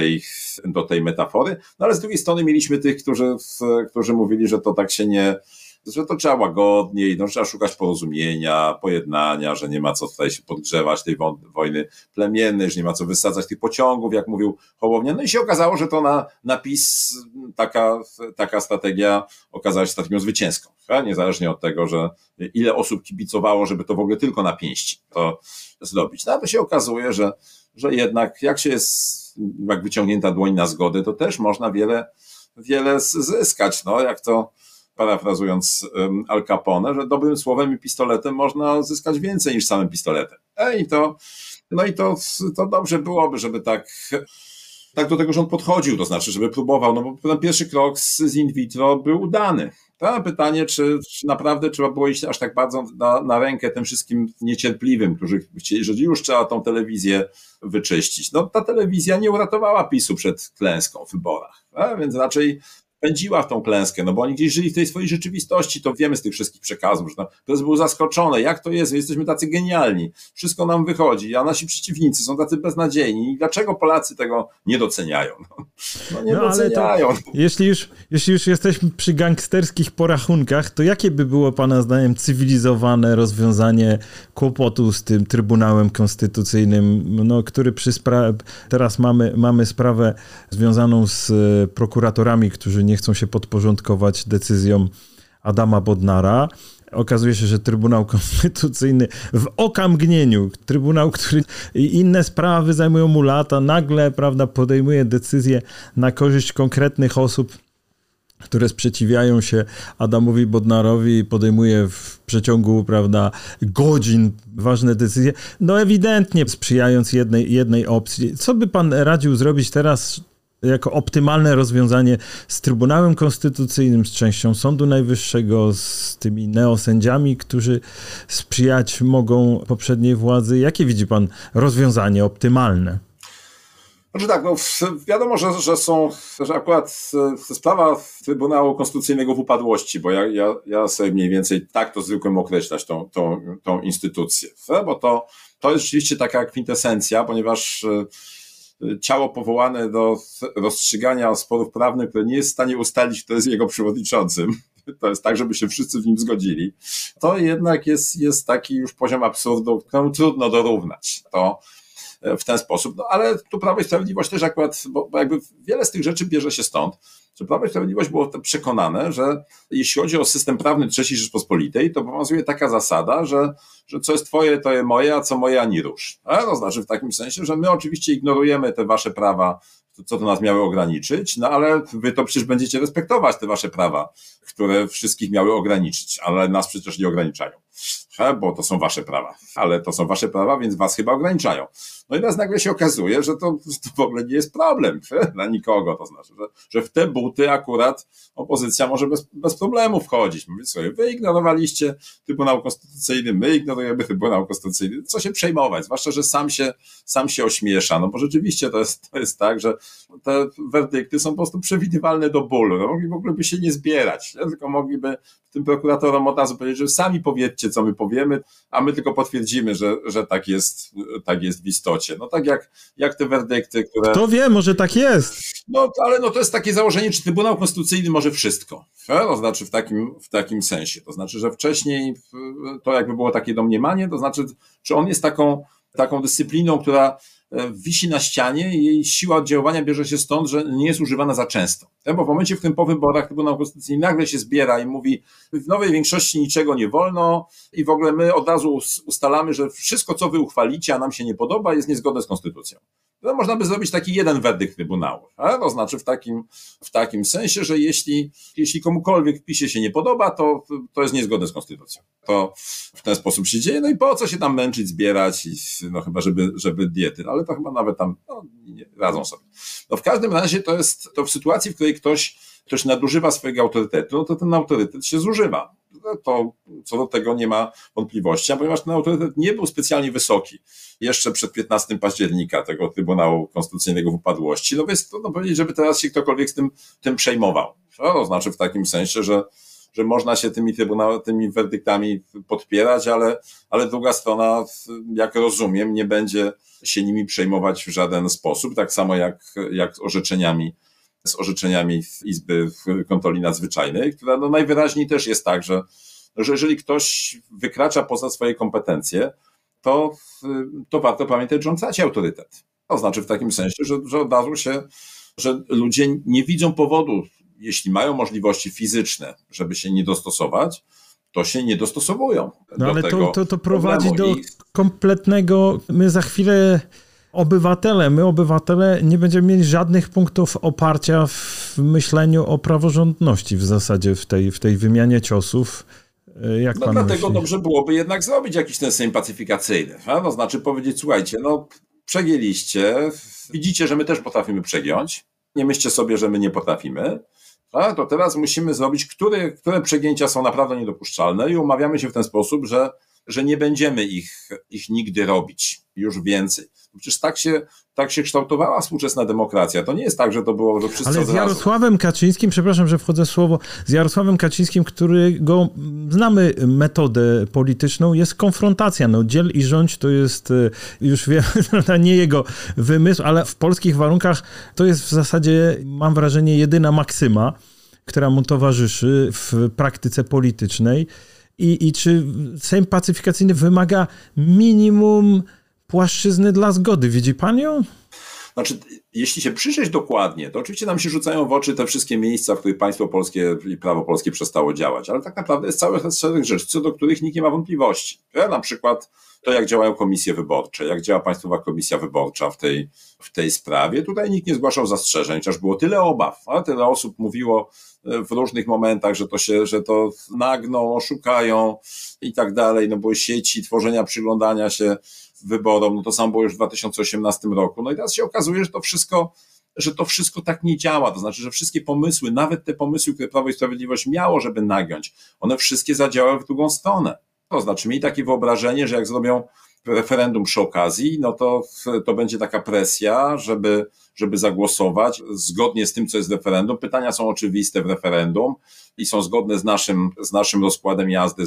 do tej metafory. No ale z drugiej strony mieliśmy tych, którzy mówili, że to tak się że to trzeba łagodniej, no, trzeba szukać porozumienia, pojednania, że nie ma co tutaj się podgrzewać tej wojny plemiennej, że nie ma co wysadzać tych pociągów, jak mówił Hołownia. No i się okazało, że to na PiS taka strategia okazała się strategią zwycięską. Niezależnie od tego, że ile osób kibicowało, żeby to w ogóle tylko na pięści to zrobić. No a to się okazuje, że jednak jak się jest jak wyciągnięta dłoń na zgodę, to też można wiele zyskać. No, jak to parafrazując Al Capone, że dobrym słowem i pistoletem można zyskać więcej niż samym pistoletem. To dobrze byłoby, żeby tak do tego rząd podchodził, to znaczy, żeby próbował, no bo ten pierwszy krok z in vitro był udany. To pytanie, czy naprawdę trzeba było iść aż tak bardzo na rękę tym wszystkim niecierpliwym, którzy chcieli, że już trzeba tą telewizję wyczyścić. No ta telewizja nie uratowała PiS-u przed klęską w wyborach, więc raczej pędziła w tą klęskę, no bo oni gdzieś żyli w tej swojej rzeczywistości, to wiemy z tych wszystkich przekazów, że prezes był zaskoczony, jak to jest, jesteśmy tacy genialni, wszystko nam wychodzi, a nasi przeciwnicy są tacy beznadziejni i dlaczego Polacy tego nie doceniają? No nie doceniają. Ale to, jeśli już jesteśmy przy gangsterskich porachunkach, to jakie by było pana zdaniem cywilizowane rozwiązanie kłopotu z tym Trybunałem Konstytucyjnym, no, który teraz mamy sprawę związaną z prokuratorami, którzy nie chcą się podporządkować decyzjom Adama Bodnara. Okazuje się, że Trybunał Konstytucyjny w okamgnieniu, Trybunał, który i inne sprawy zajmują mu lata, nagle, prawda, podejmuje decyzje na korzyść konkretnych osób, które sprzeciwiają się Adamowi Bodnarowi i podejmuje w przeciągu, prawda, godzin ważne decyzje, no ewidentnie sprzyjając jednej opcji. Co by pan radził zrobić teraz jako optymalne rozwiązanie z Trybunałem Konstytucyjnym, z częścią Sądu Najwyższego, z tymi neosędziami, którzy sprzyjać mogą poprzedniej władzy? Jakie widzi pan rozwiązanie optymalne? Znaczy tak, no wiadomo, że akurat sprawa Trybunału Konstytucyjnego w upadłości, bo ja sobie mniej więcej tak to zwykłem określać tą instytucję, bo to jest rzeczywiście taka kwintesencja, ponieważ ciało powołane do rozstrzygania sporów prawnych, które nie jest w stanie ustalić, kto jest jego przewodniczącym, to jest tak, żeby się wszyscy w nim zgodzili, to jednak jest taki już poziom absurdu, któremu trudno dorównać. To w ten sposób. No ale tu Prawo i Sprawiedliwość też akurat, bo jakby wiele z tych rzeczy bierze się stąd, że Prawo i Sprawiedliwość było przekonane, że jeśli chodzi o system prawny III Rzeczpospolitej, to obowiązuje taka zasada, że co jest twoje, to jest moje, a co moje, ani rusz. To znaczy w takim sensie, że my oczywiście ignorujemy te wasze prawa, co to nas miały ograniczyć, no ale wy to przecież będziecie respektować te wasze prawa, które wszystkich miały ograniczyć, ale nas przecież nie ograniczają, bo to są wasze prawa, ale to są wasze prawa, więc was chyba ograniczają. No i teraz nagle się okazuje, że to w ogóle nie jest problem dla nikogo, to znaczy, że w te buty akurat opozycja może bez problemu wchodzić. Mówić sobie, wy ignorowaliście Trybunał Konstytucyjny, my ignorujemy Trybunał Konstytucyjny, co się przejmować, zwłaszcza, że sam się ośmiesza, no bo rzeczywiście to jest tak, że te werdykty są po prostu przewidywalne do bólu, no mogliby się nie zbierać, tylko mogliby tym prokuratorom od razu powiedzieć, że sami powiedzcie, co my powiemy, a my tylko potwierdzimy, że tak jest w istocie. No tak jak te werdykty, które... Kto wie, może tak jest. No, ale to jest takie założenie, czy Trybunał Konstytucyjny może wszystko. To znaczy w takim sensie. To znaczy, że wcześniej to jakby było takie domniemanie, to znaczy, czy on jest taką dyscypliną, która wisi na ścianie i jej siła oddziaływania bierze się stąd, że nie jest używana za często. Bo w momencie, w którym po wyborach Trybunał Konstytucyjny nagle się zbiera i mówi, w nowej większości niczego nie wolno i w ogóle my od razu ustalamy, że wszystko, co wy uchwalicie, a nam się nie podoba, jest niezgodne z konstytucją. To można by zrobić taki jeden werdykt Trybunału. To znaczy w takim sensie, że jeśli komukolwiek w PiS-ie się nie podoba, to jest niezgodne z konstytucją. To w ten sposób się dzieje. No i po co się tam męczyć, zbierać, no chyba żeby diety, ale to chyba nawet tam nie radzą sobie. No w każdym razie to w sytuacji, w której ktoś nadużywa swojego autorytetu, no to ten autorytet się zużywa. To co do tego nie ma wątpliwości, a ponieważ ten autorytet nie był specjalnie wysoki jeszcze przed 15 października tego Trybunału Konstytucyjnego w upadłości, no więc trudno powiedzieć, żeby teraz się ktokolwiek z tym przejmował. To znaczy w takim sensie, że można się tymi werdyktami podpierać, ale druga strona, jak rozumiem, nie będzie się nimi przejmować w żaden sposób, tak samo jak orzeczeniami z orzeczeniami Izby Kontroli Nadzwyczajnej, która no najwyraźniej też jest tak, że jeżeli ktoś wykracza poza swoje kompetencje, to warto pamiętać, że on traci autorytet. To znaczy w takim sensie, że odarzył się, że ludzie nie widzą powodu, jeśli mają możliwości fizyczne, żeby się nie dostosować, to się nie dostosowują. No ale to prowadzi do kompletnego... My za chwilę obywatele nie będziemy mieli żadnych punktów oparcia w myśleniu o praworządności w zasadzie w tej wymianie ciosów. Jak pan dlatego myśli? Dobrze byłoby jednak zrobić jakiś ten sejm pacyfikacyjny. To znaczy powiedzieć, słuchajcie, przegięliście, widzicie, że my też potrafimy przegiąć, nie myślcie sobie, że my nie potrafimy, to teraz musimy zrobić, które przegięcia są naprawdę niedopuszczalne i umawiamy się w ten sposób, że nie będziemy ich nigdy robić, już więcej. Przecież tak się kształtowała współczesna demokracja. To nie jest tak, że to było, że wszyscy Ale z Jarosławem Kaczyńskim, przepraszam, że wchodzę w słowo, z Jarosławem Kaczyńskim, którego znamy metodę polityczną, jest konfrontacja. Dziel i rządź to jest, już wiem, nie jego wymysł, ale w polskich warunkach to jest w zasadzie, mam wrażenie, jedyna maksyma, która mu towarzyszy w praktyce politycznej. I czy Sejm pacyfikacyjny wymaga minimum płaszczyzny dla zgody? Widzi pan ją? Znaczy, jeśli się przyjrzeć dokładnie, to oczywiście nam się rzucają w oczy te wszystkie miejsca, w których państwo polskie i prawo polskie przestało działać, ale tak naprawdę jest cały szereg rzeczy, co do których nikt nie ma wątpliwości. Na przykład to, jak działają komisje wyborcze, jak działa Państwowa Komisja Wyborcza w tej sprawie. Tutaj nikt nie zgłaszał zastrzeżeń, chociaż było tyle obaw, a tyle osób mówiło w różnych momentach, że to nagną, oszukają i tak dalej. Były sieci tworzenia, przyglądania się wyborom, to samo było już w 2018 roku. I teraz się okazuje, że to wszystko tak nie działa. To znaczy, że wszystkie pomysły, nawet te pomysły, które Prawo i Sprawiedliwość miało, żeby nagiąć, one wszystkie zadziałały w drugą stronę. To znaczy, mieli takie wyobrażenie, że jak zrobią referendum przy okazji, to będzie taka presja, żeby zagłosować zgodnie z tym, co jest w referendum. Pytania są oczywiste w referendum i są zgodne z naszym rozkładem jazdy,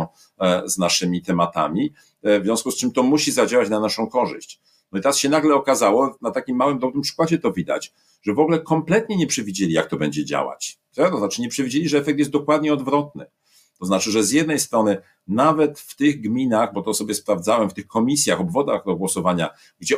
z naszymi tematami, w związku z czym to musi zadziałać na naszą korzyść. I teraz się nagle okazało, na takim małym, dobrym przykładzie to widać, że w ogóle kompletnie nie przewidzieli, jak to będzie działać. To znaczy nie przewidzieli, że efekt jest dokładnie odwrotny. To znaczy, że z jednej strony nawet w tych gminach, bo to sobie sprawdzałem, w tych komisjach, obwodach do głosowania, gdzie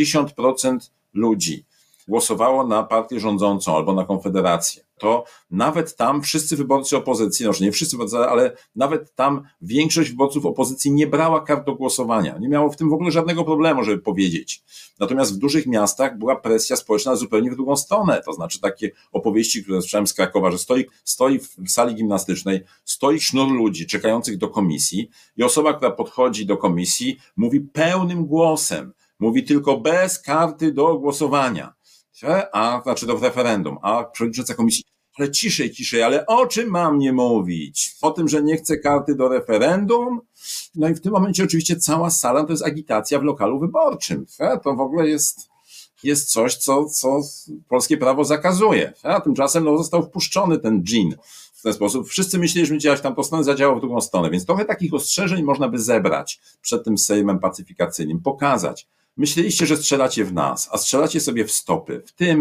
80% ludzi głosowało na partię rządzącą albo na Konfederację, to nawet tam wszyscy wyborcy opozycji, nie wszyscy wyborcy, ale nawet tam większość wyborców opozycji nie brała kart do głosowania. Nie miało w tym w ogóle żadnego problemu, żeby powiedzieć. Natomiast w dużych miastach była presja społeczna zupełnie w drugą stronę. To znaczy takie opowieści, które słyszałem z Krakowa, że stoi w sali gimnastycznej, stoi sznur ludzi czekających do komisji i osoba, która podchodzi do komisji, mówi pełnym głosem, mówi tylko bez karty do głosowania. Znaczy do referendum, a przewodnicząca komisji, ale ciszej, ale o czym mam nie mówić? O tym, że nie chcę karty do referendum? I w tym momencie oczywiście cała sala to jest agitacja w lokalu wyborczym. To w ogóle jest coś, co polskie prawo zakazuje. A tymczasem został wpuszczony ten dżin w ten sposób. Wszyscy myśleli, że będzie działać w tamtą stronę, zadziałał w drugą stronę, więc trochę takich ostrzeżeń można by zebrać przed tym sejmem pacyfikacyjnym, pokazać. Myśleliście, że strzelacie w nas, a strzelacie sobie w stopy,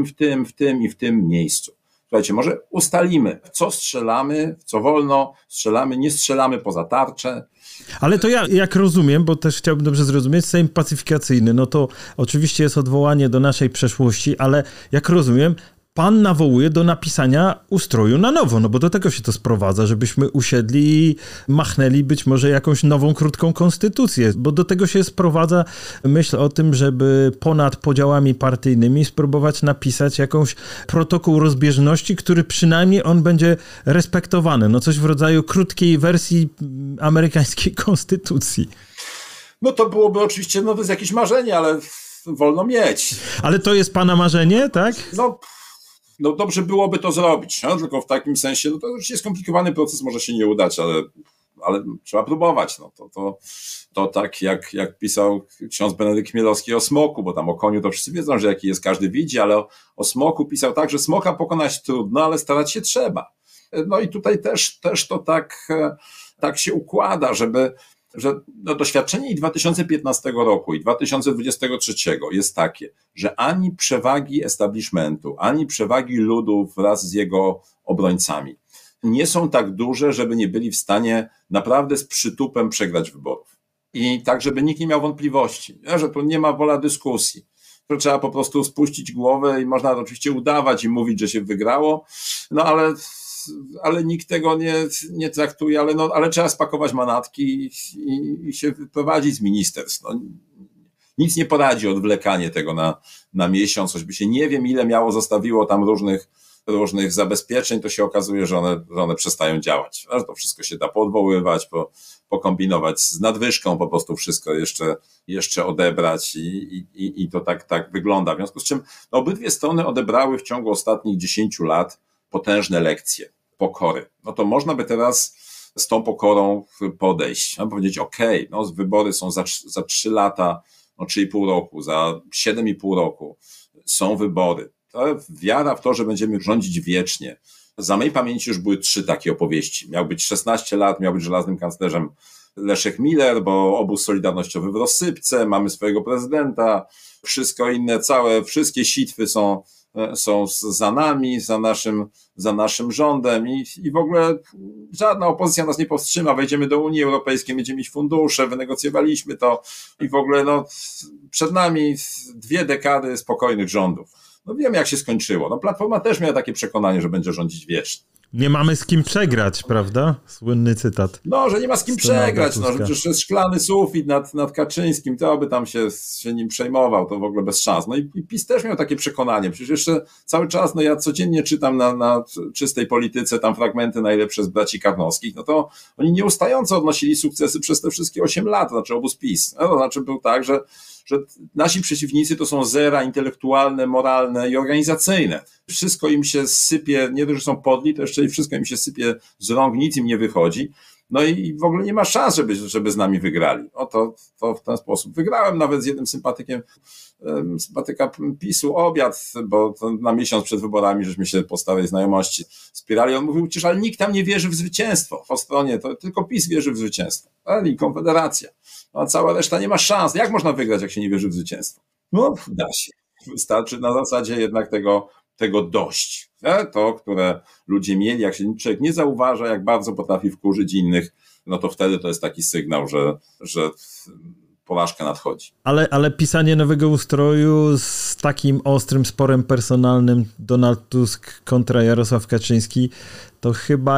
w tym i w tym miejscu. Słuchajcie, może ustalimy, w co strzelamy, w co wolno strzelamy, nie strzelamy poza tarczę. Ale to ja, jak rozumiem, bo też chciałbym dobrze zrozumieć, Sejm pacyfikacyjny, to oczywiście jest odwołanie do naszej przeszłości, ale jak rozumiem, pan nawołuje do napisania ustroju na nowo, bo do tego się to sprowadza, żebyśmy usiedli i machnęli być może jakąś nową, krótką konstytucję, bo do tego się sprowadza myśl o tym, żeby ponad podziałami partyjnymi spróbować napisać jakąś protokół rozbieżności, który przynajmniej on będzie respektowany. Coś w rodzaju krótkiej wersji amerykańskiej konstytucji. To byłoby oczywiście, to jest jakieś marzenie, ale wolno mieć. Ale to jest pana marzenie, tak? Dobrze byłoby to zrobić, tylko w takim sensie, to oczywiście skomplikowany proces, może się nie udać, ale trzeba próbować. To tak jak pisał ksiądz Benedykt Chmielowski o smoku, bo tam o koniu to wszyscy wiedzą, że jaki jest, każdy widzi, ale o smoku pisał tak, że smoka pokonać trudno, ale starać się trzeba. I tutaj też to tak się układa, żeby że no, doświadczenie i 2015 roku i 2023 jest takie, że ani przewagi establishmentu, ani przewagi ludu wraz z jego obrońcami nie są tak duże, żeby nie byli w stanie naprawdę z przytupem przegrać wyborów. I tak, żeby nikt nie miał wątpliwości, że tu nie ma wola dyskusji. To trzeba po prostu spuścić głowę i można oczywiście udawać i mówić, że się wygrało, no ale nikt tego nie traktuje, ale trzeba spakować manatki i się wyprowadzić z ministerstw. No, nic nie poradzi odwlekanie tego na miesiąc, choćby się nie wiem ile zostawiło tam różnych zabezpieczeń, to się okazuje, że one przestają działać. To wszystko się da poodwoływać, pokombinować z nadwyżką, po prostu wszystko jeszcze odebrać i to tak wygląda. W związku z czym no, obydwie strony odebrały w ciągu ostatnich 10 lat potężne lekcje pokory. No to można by teraz z tą pokorą podejść, powiedzieć no wybory są za 3 lata, no 3,5 roku, za 7,5 roku są wybory. To wiara w to, że będziemy rządzić wiecznie. Za mojej pamięci już były 3 takie opowieści. Miał być 16 lat, miał być żelaznym kanclerzem Leszek Miller, bo obóz solidarnościowy w rozsypce, mamy swojego prezydenta, wszystko inne, wszystkie sitwy są za nami, za naszym rządem i w ogóle żadna opozycja nas nie powstrzyma, wejdziemy do Unii Europejskiej, będziemy mieć fundusze, wynegocjowaliśmy to i w ogóle no, przed nami 2 dekady spokojnych rządów. No wiem, jak się skończyło. No Platforma też miała takie przekonanie, że będzie rządzić wiecznie. Nie mamy z kim przegrać, prawda? Słynny cytat. No, że nie ma z kim przegrać. No, że przecież jest szklany sufit nad Kaczyńskim, to by tam się nim przejmował, to w ogóle bez szans. No i PiS też miał takie przekonanie. Przecież jeszcze cały czas, no ja codziennie czytam na czystej polityce tam fragmenty najlepsze z braci Karnowskich, no to oni nieustająco odnosili sukcesy przez te wszystkie 8 lat, to znaczy obóz PiS. No, to znaczy był tak, że nasi przeciwnicy to są zera intelektualne, moralne i organizacyjne. Wszystko im się sypie, nie dość, że są podli, to jeszcze i wszystko im się sypie z rąk, nic im nie wychodzi. No i w ogóle nie ma szans, żeby z nami wygrali. No to w ten sposób. Wygrałem nawet z jednym sympatyka PiS-u obiad, bo na miesiąc przed wyborami żeśmy się po starej znajomości spierali. On mówił, ale nikt tam nie wierzy w zwycięstwo. Po stronie to tylko PiS wierzy w zwycięstwo. I Konfederacja. No, a cała reszta nie ma szans. Jak można wygrać, jak się nie wierzy w zwycięstwo? No, da się. Wystarczy na zasadzie jednak tego dość. To, które ludzie mieli, jak się człowiek nie zauważa, jak bardzo potrafi wkurzyć innych, no to wtedy to jest taki sygnał, że porażka nadchodzi. Ale pisanie nowego ustroju z takim ostrym sporem personalnym Donald Tusk kontra Jarosław Kaczyński, to chyba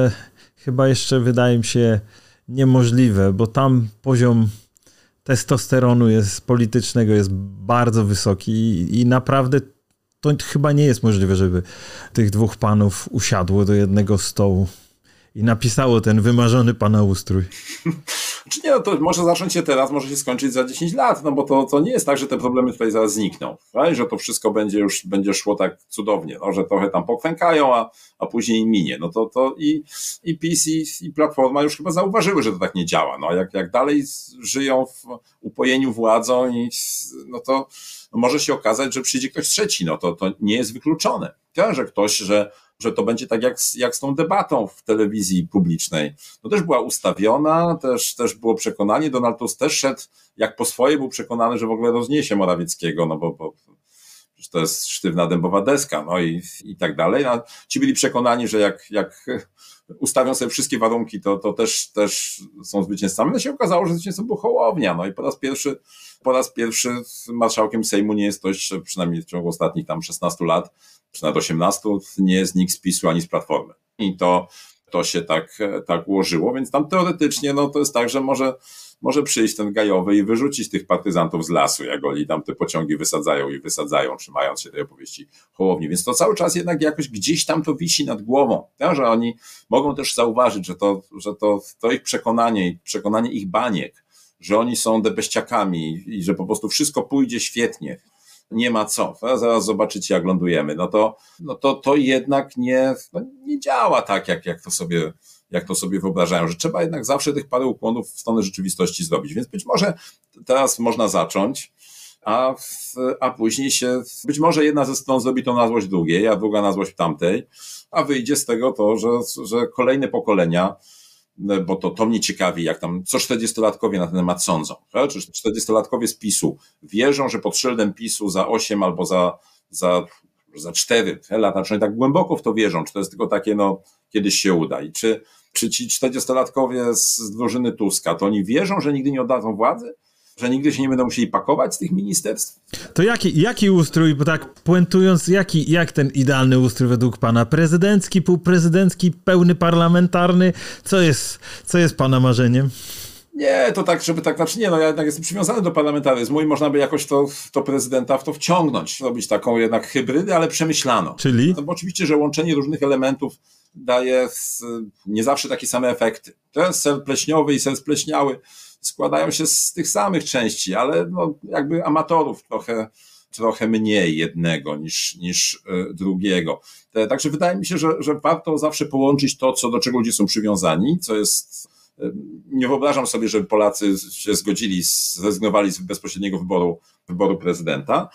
jeszcze wydaje mi się niemożliwe, bo tam poziom testosteronu politycznego jest bardzo wysoki i naprawdę to chyba nie jest możliwe, żeby tych 2 panów usiadło do jednego stołu i napisało ten wymarzony pana ustrój. Czy nie, no to może zacząć się teraz, może się skończyć za 10 lat, no bo to nie jest tak, że te problemy tutaj zaraz znikną, right? Że to wszystko będzie szło tak cudownie, no, że trochę tam pokwękają, a później minie. No to i PiS i Platforma już chyba zauważyły, że to tak nie działa. No jak dalej żyją w upojeniu władzą no to może się okazać, że przyjdzie ktoś trzeci, no to nie jest wykluczone. Że ktoś, że to będzie tak jak z tą debatą w telewizji publicznej. No też była ustawiona, też było przekonanie, Donald Tusk też szedł jak po swoje, był przekonany, że w ogóle rozniesie Morawieckiego, no bo to jest sztywna dębowa deska, no i tak dalej. A ci byli przekonani, że jak ustawią sobie wszystkie warunki, to też są zwycięzcami. No się okazało, że zwycięzcą był Hołownia, no i po raz pierwszy marszałkiem Sejmu nie jest ktoś, przynajmniej w ciągu ostatnich tam 16 lat, czy nawet 18, nie jest nikt z PiS-u ani z Platformy. I to się tak ułożyło, więc tam teoretycznie no to jest tak, że może przyjść ten Gajowy i wyrzucić tych partyzantów z lasu, jak oni tam te pociągi wysadzają, trzymając się tej opowieści Hołowni. Więc to cały czas jednak jakoś gdzieś tam to wisi nad głową, tak? Że oni mogą też zauważyć, że to ich przekonanie ich baniek, że oni są debeściakami i że po prostu wszystko pójdzie świetnie. Nie ma co. Zaraz zobaczycie, jak lądujemy. No to jednak nie działa tak, jak to sobie wyobrażają, że trzeba jednak zawsze tych parę ukłonów w stronę rzeczywistości zrobić. Więc być może teraz można zacząć, a później być może jedna ze stron zrobi to na złość drugiej, a druga na złość tamtej, a wyjdzie z tego to, że kolejne pokolenia bo to mnie ciekawi, jak tam, co 40-latkowie na ten temat sądzą. Czy 40-latkowie z PiS-u wierzą, że pod szyldem PiS-u za 8 albo za 4 lata, czy tak głęboko w to wierzą, czy to jest tylko takie, kiedyś się uda. I czy ci 40-latkowie z drużyny Tuska, to oni wierzą, że nigdy nie oddadzą władzy? Że nigdy się nie będą musieli pakować z tych ministerstw? To jaki ustrój, bo tak puentując, jak ten idealny ustrój według pana? Prezydencki, półprezydencki, pełny parlamentarny? Co jest pana marzeniem? Nie, to tak, ja jednak jestem przywiązany do parlamentaryzmu i można by jakoś to prezydenta w to wciągnąć, robić taką jednak hybrydę, ale przemyślaną. Czyli? No bo oczywiście, że łączenie różnych elementów daje nie zawsze takie same efekty. Ten ser pleśniowy i ser spleśniały składają się z tych samych części, ale jakby amatorów trochę mniej jednego niż drugiego. Także wydaje mi się, że warto zawsze połączyć to, do czego ludzie są przywiązani, co jest... Nie wyobrażam sobie, żeby Polacy się zrezygnowali z bezpośredniego wyboru prezydenta,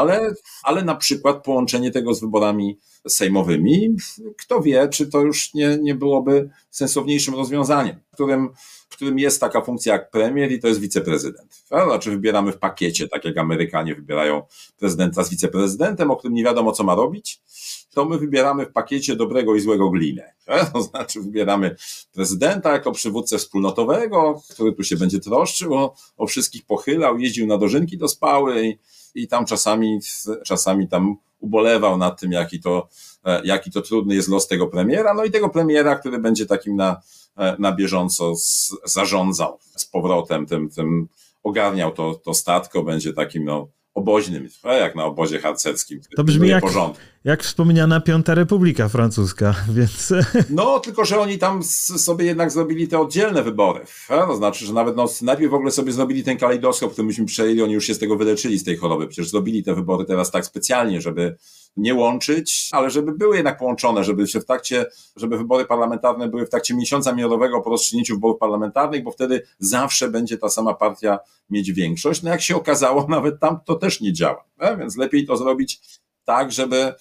ale na przykład połączenie tego z wyborami sejmowymi, kto wie, czy to już nie byłoby sensowniejszym rozwiązaniem, w którym jest taka funkcja jak premier i to jest wiceprezydent. Znaczy wybieramy w pakiecie, tak jak Amerykanie wybierają prezydenta z wiceprezydentem, o którym nie wiadomo, co ma robić, to my wybieramy w pakiecie dobrego i złego glinę. To znaczy prezydenta jako przywódcę wspólnotowego, który tu się będzie troszczył, o wszystkich pochylał, jeździł na dożynki do Spały i tam czasami tam ubolewał nad tym, jaki to trudny jest los tego premiera, no i tego premiera, który będzie takim na bieżąco zarządzał z powrotem, tym ogarniał to statko, będzie takim oboźnym, jak na obozie harcerskim. To brzmi jak wspomniana Piąta Republika Francuska, więc... No, tylko że oni tam sobie jednak zrobili te oddzielne wybory. To znaczy, że nawet najpierw w ogóle sobie zrobili ten kalejdoskop, który myśmy przejęli, oni już się z tego wyleczyli, z tej choroby. Przecież zrobili te wybory teraz tak specjalnie, żeby nie łączyć, ale żeby były jednak połączone, żeby wybory parlamentarne były w trakcie miesiąca minorowego po rozstrzygnięciu wyborów parlamentarnych, bo wtedy zawsze będzie ta sama partia mieć większość. No jak się okazało, nawet tam to też nie działa. Więc lepiej to zrobić tak,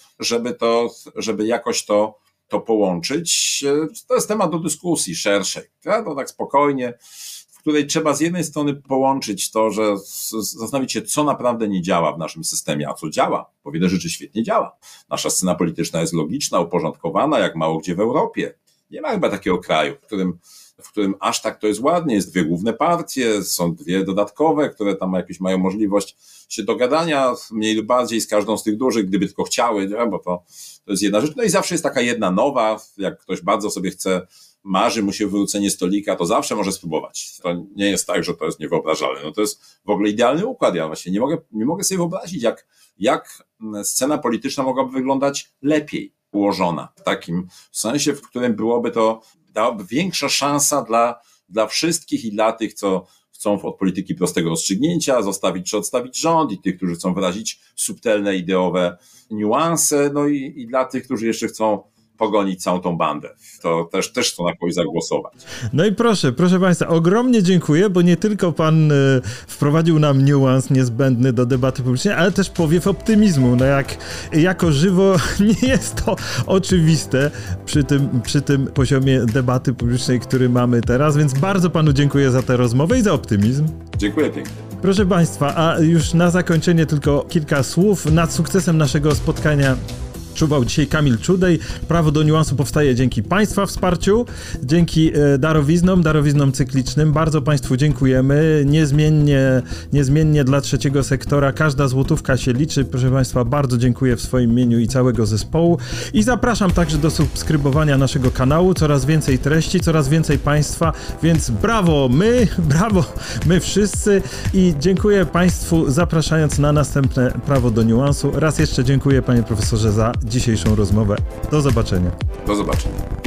żeby jakoś to połączyć. To jest temat do dyskusji szerszej. To tak spokojnie, w której trzeba z jednej strony połączyć to, że zastanowić się, co naprawdę nie działa w naszym systemie, a co działa, bo wiele rzeczy świetnie działa. Nasza scena polityczna jest logiczna, uporządkowana, jak mało gdzie w Europie. Nie ma chyba takiego kraju, w którym aż tak to jest ładnie. Jest 2 główne partie, są 2 dodatkowe, które tam mają możliwość się dogadania mniej lub bardziej z każdą z tych dużych, gdyby tylko chciały, bo to jest jedna rzecz. No i zawsze jest taka jedna nowa, jak ktoś bardzo sobie marzy mu się wywrócenie stolika, to zawsze może spróbować. To nie jest tak, że to jest niewyobrażalne. To jest w ogóle idealny układ. Ja właśnie nie mogę sobie wyobrazić, jak scena polityczna mogłaby wyglądać lepiej ułożona. W takim sensie, w którym dałaby większa szansa dla wszystkich i dla tych, co chcą od polityki prostego rozstrzygnięcia zostawić czy odstawić rząd i tych, którzy chcą wyrazić subtelne, ideowe niuanse, no i dla tych, którzy jeszcze chcą pogonić całą tą bandę. To też chcą na kogoś zagłosować. No i proszę Państwa, ogromnie dziękuję, bo nie tylko pan wprowadził nam niuans niezbędny do debaty publicznej, ale też powiew optymizmu. No jako żywo nie jest to oczywiste przy tym poziomie debaty publicznej, który mamy teraz, więc bardzo panu dziękuję za tę rozmowę i za optymizm. Dziękuję pięknie. Proszę Państwa, a już na zakończenie tylko kilka słów. Nad sukcesem naszego spotkania czuwał dzisiaj Kamil Czudej. Prawo do niuansu powstaje dzięki Państwa wsparciu, dzięki darowiznom cyklicznym. Bardzo Państwu dziękujemy. Niezmiennie dla trzeciego sektora każda złotówka się liczy. Proszę Państwa, bardzo dziękuję w swoim imieniu i całego zespołu. I zapraszam także do subskrybowania naszego kanału. Coraz więcej treści, coraz więcej Państwa, więc brawo my wszyscy i dziękuję Państwu, zapraszając na następne Prawo do niuansu. Raz jeszcze dziękuję, panie profesorze, za dzisiejszą rozmowę. Do zobaczenia. Do zobaczenia.